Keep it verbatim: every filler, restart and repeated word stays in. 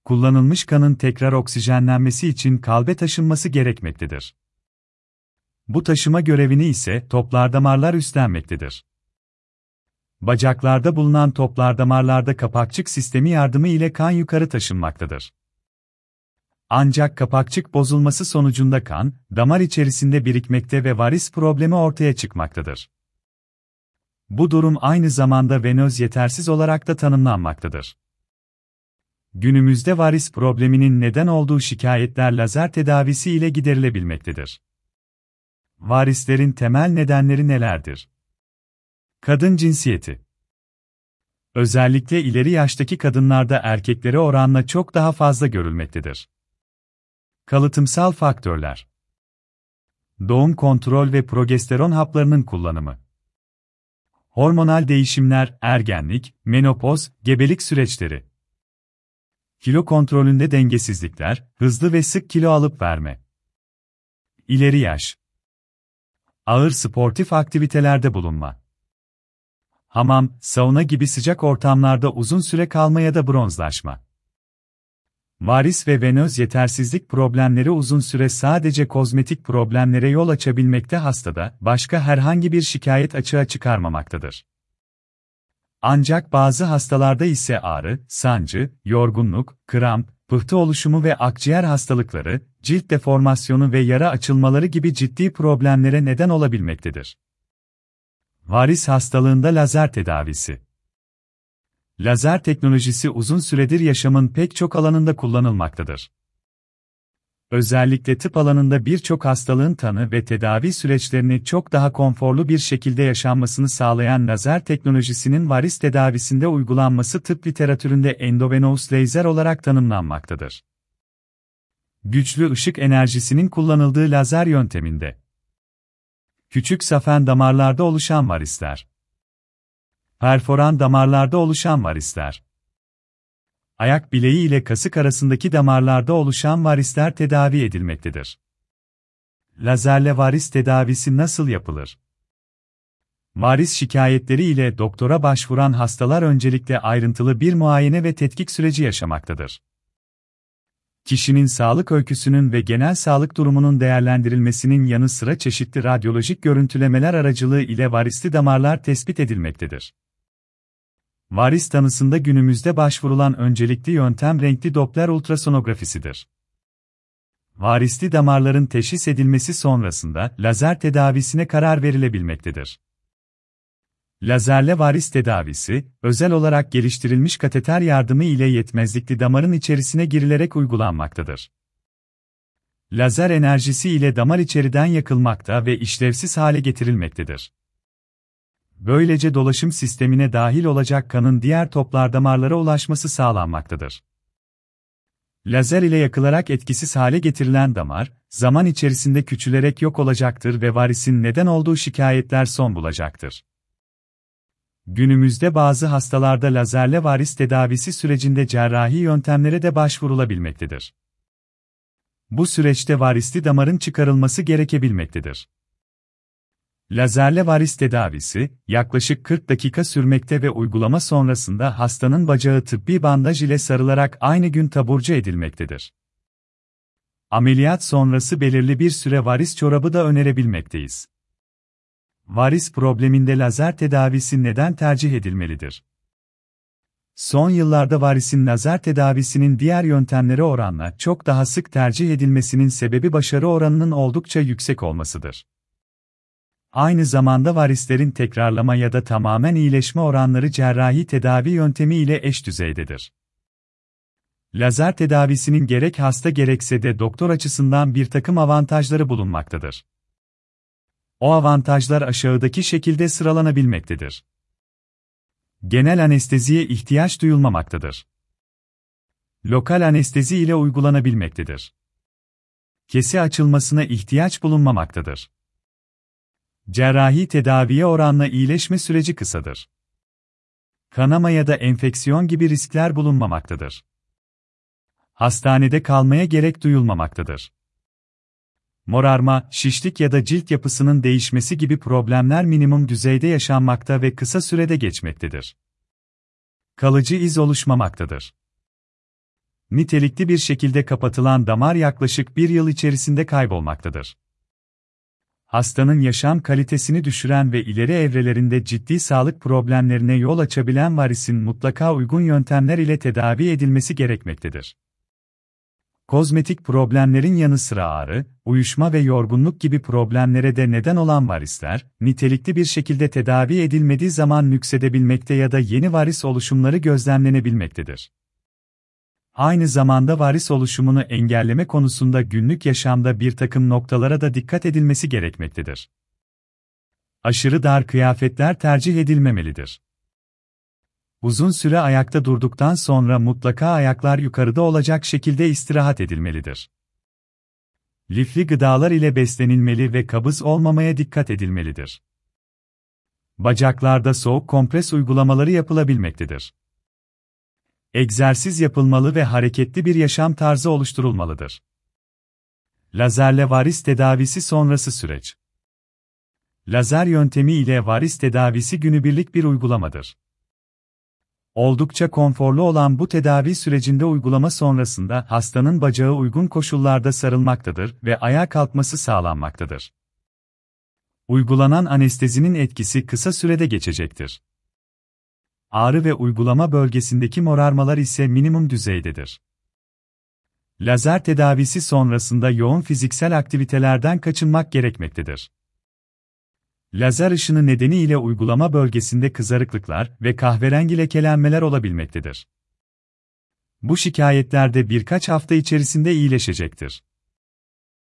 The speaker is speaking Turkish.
kullanılmış kanın tekrar oksijenlenmesi için kalbe taşınması gerekmektedir. Bu taşıma görevini ise toplardamarlar üstlenmektedir. Bacaklarda bulunan toplardamarlarda kapakçık sistemi yardımı ile kan yukarı taşınmaktadır. Ancak kapakçık bozulması sonucunda kan, damar içerisinde birikmekte ve varis problemi ortaya çıkmaktadır. Bu durum aynı zamanda venöz yetersiz olarak da tanımlanmaktadır. Günümüzde varis probleminin neden olduğu şikayetler lazer tedavisi ile giderilebilmektedir. Varislerin temel nedenleri nelerdir? Kadın cinsiyeti. Özellikle ileri yaştaki kadınlarda erkeklere oranla çok daha fazla görülmektedir. Kalıtımsal faktörler. Doğum kontrol ve progesteron haplarının kullanımı. Hormonal değişimler, ergenlik, menopoz, gebelik süreçleri. Kilo kontrolünde dengesizlikler, hızlı ve sık kilo alıp verme. İleri yaş. Ağır sportif aktivitelerde bulunma. Hamam, sauna gibi sıcak ortamlarda uzun süre kalma ya da bronzlaşma. Varis ve venöz yetersizlik problemleri uzun süre sadece kozmetik problemlere yol açabilmekte, hastada başka herhangi bir şikayet açığa çıkarmamaktadır. Ancak bazı hastalarda ise ağrı, sancı, yorgunluk, kramp, pıhtı oluşumu ve akciğer hastalıkları, cilt deformasyonu ve yara açılmaları gibi ciddi problemlere neden olabilmektedir. Varis hastalığında lazer tedavisi. Lazer teknolojisi uzun süredir yaşamın pek çok alanında kullanılmaktadır. Özellikle tıp alanında birçok hastalığın tanı ve tedavi süreçlerini çok daha konforlu bir şekilde yaşanmasını sağlayan lazer teknolojisinin varis tedavisinde uygulanması tıp literatüründe endovenous laser olarak tanımlanmaktadır. Güçlü ışık enerjisinin kullanıldığı lazer yönteminde. Küçük safen damarlarda oluşan varisler. Perforan damarlarda oluşan varisler. Ayak bileği ile kasık arasındaki damarlarda oluşan varisler tedavi edilmektedir. Lazerle varis tedavisi nasıl yapılır? Varis şikayetleri ile doktora başvuran hastalar öncelikle ayrıntılı bir muayene ve tetkik süreci yaşamaktadır. Kişinin sağlık öyküsünün ve genel sağlık durumunun değerlendirilmesinin yanı sıra çeşitli radyolojik görüntülemeler aracılığı ile varisli damarlar tespit edilmektedir. Varis tanısında günümüzde başvurulan öncelikli yöntem renkli Doppler ultrasonografisidir. Varisli damarların teşhis edilmesi sonrasında lazer tedavisine karar verilebilmektedir. Lazerle varis tedavisi, özel olarak geliştirilmiş kateter yardımı ile yetmezlikli damarın içerisine girilerek uygulanmaktadır. Lazer enerjisi ile damar içeriden yakılmakta ve işlevsiz hale getirilmektedir. Böylece dolaşım sistemine dahil olacak kanın diğer toplar damarlara ulaşması sağlanmaktadır. Lazer ile yakılarak etkisiz hale getirilen damar, zaman içerisinde küçülerek yok olacaktır ve varisin neden olduğu şikayetler son bulacaktır. Günümüzde bazı hastalarda lazerle varis tedavisi sürecinde cerrahi yöntemlere de başvurulabilmektedir. Bu süreçte varisli damarın çıkarılması gerekebilmektedir. Lazerle varis tedavisi, yaklaşık kırk dakika sürmekte ve uygulama sonrasında hastanın bacağı tıbbi bandaj ile sarılarak aynı gün taburcu edilmektedir. Ameliyat sonrası belirli bir süre varis çorabı da önerebilmekteyiz. Varis probleminde lazer tedavisi neden tercih edilmelidir? Son yıllarda varisin lazer tedavisinin diğer yöntemlere oranla çok daha sık tercih edilmesinin sebebi başarı oranının oldukça yüksek olmasıdır. Aynı zamanda varislerin tekrarlama ya da tamamen iyileşme oranları cerrahi tedavi yöntemi ile eş düzeydedir. Lazer tedavisinin gerek hasta gerekse de doktor açısından bir takım avantajları bulunmaktadır. O avantajlar aşağıdaki şekilde sıralanabilmektedir. Genel anesteziye ihtiyaç duyulmamaktadır. Lokal anestezi ile uygulanabilmektedir. Kesi açılmasına ihtiyaç bulunmamaktadır. Cerrahi tedaviye oranla iyileşme süreci kısadır. Kanama ya da enfeksiyon gibi riskler bulunmamaktadır. Hastanede kalmaya gerek duyulmamaktadır. Morarma, şişlik ya da cilt yapısının değişmesi gibi problemler minimum düzeyde yaşanmakta ve kısa sürede geçmektedir. Kalıcı iz oluşmamaktadır. Nitelikli bir şekilde kapatılan damar yaklaşık bir yıl içerisinde kaybolmaktadır. Hastanın yaşam kalitesini düşüren ve ileri evrelerinde ciddi sağlık problemlerine yol açabilen varisin mutlaka uygun yöntemler ile tedavi edilmesi gerekmektedir. Kozmetik problemlerin yanı sıra ağrı, uyuşma ve yorgunluk gibi problemlere de neden olan varisler, nitelikli bir şekilde tedavi edilmediği zaman nüksedebilmekte ya da yeni varis oluşumları gözlemlenebilmektedir. Aynı zamanda varis oluşumunu engelleme konusunda günlük yaşamda bir takım noktalara da dikkat edilmesi gerekmektedir. Aşırı dar kıyafetler tercih edilmemelidir. Uzun süre ayakta durduktan sonra mutlaka ayaklar yukarıda olacak şekilde istirahat edilmelidir. Lifli gıdalar ile beslenilmeli ve kabız olmamaya dikkat edilmelidir. Bacaklarda soğuk kompres uygulamaları yapılabilmektedir. Egzersiz yapılmalı ve hareketli bir yaşam tarzı oluşturulmalıdır. Lazerle varis tedavisi sonrası süreç. Lazer yöntemi ile varis tedavisi günübirlik bir uygulamadır. Oldukça konforlu olan bu tedavi sürecinde uygulama sonrasında hastanın bacağı uygun koşullarda sarılmaktadır ve ayağa kalkması sağlanmaktadır. Uygulanan anestezinin etkisi kısa sürede geçecektir. Ağrı ve uygulama bölgesindeki morarmalar ise minimum düzeydedir. Lazer tedavisi sonrasında yoğun fiziksel aktivitelerden kaçınmak gerekmektedir. Lazer ışını nedeniyle uygulama bölgesinde kızarıklıklar ve kahverengi lekelenmeler olabilmektedir. Bu şikayetler de birkaç hafta içerisinde iyileşecektir.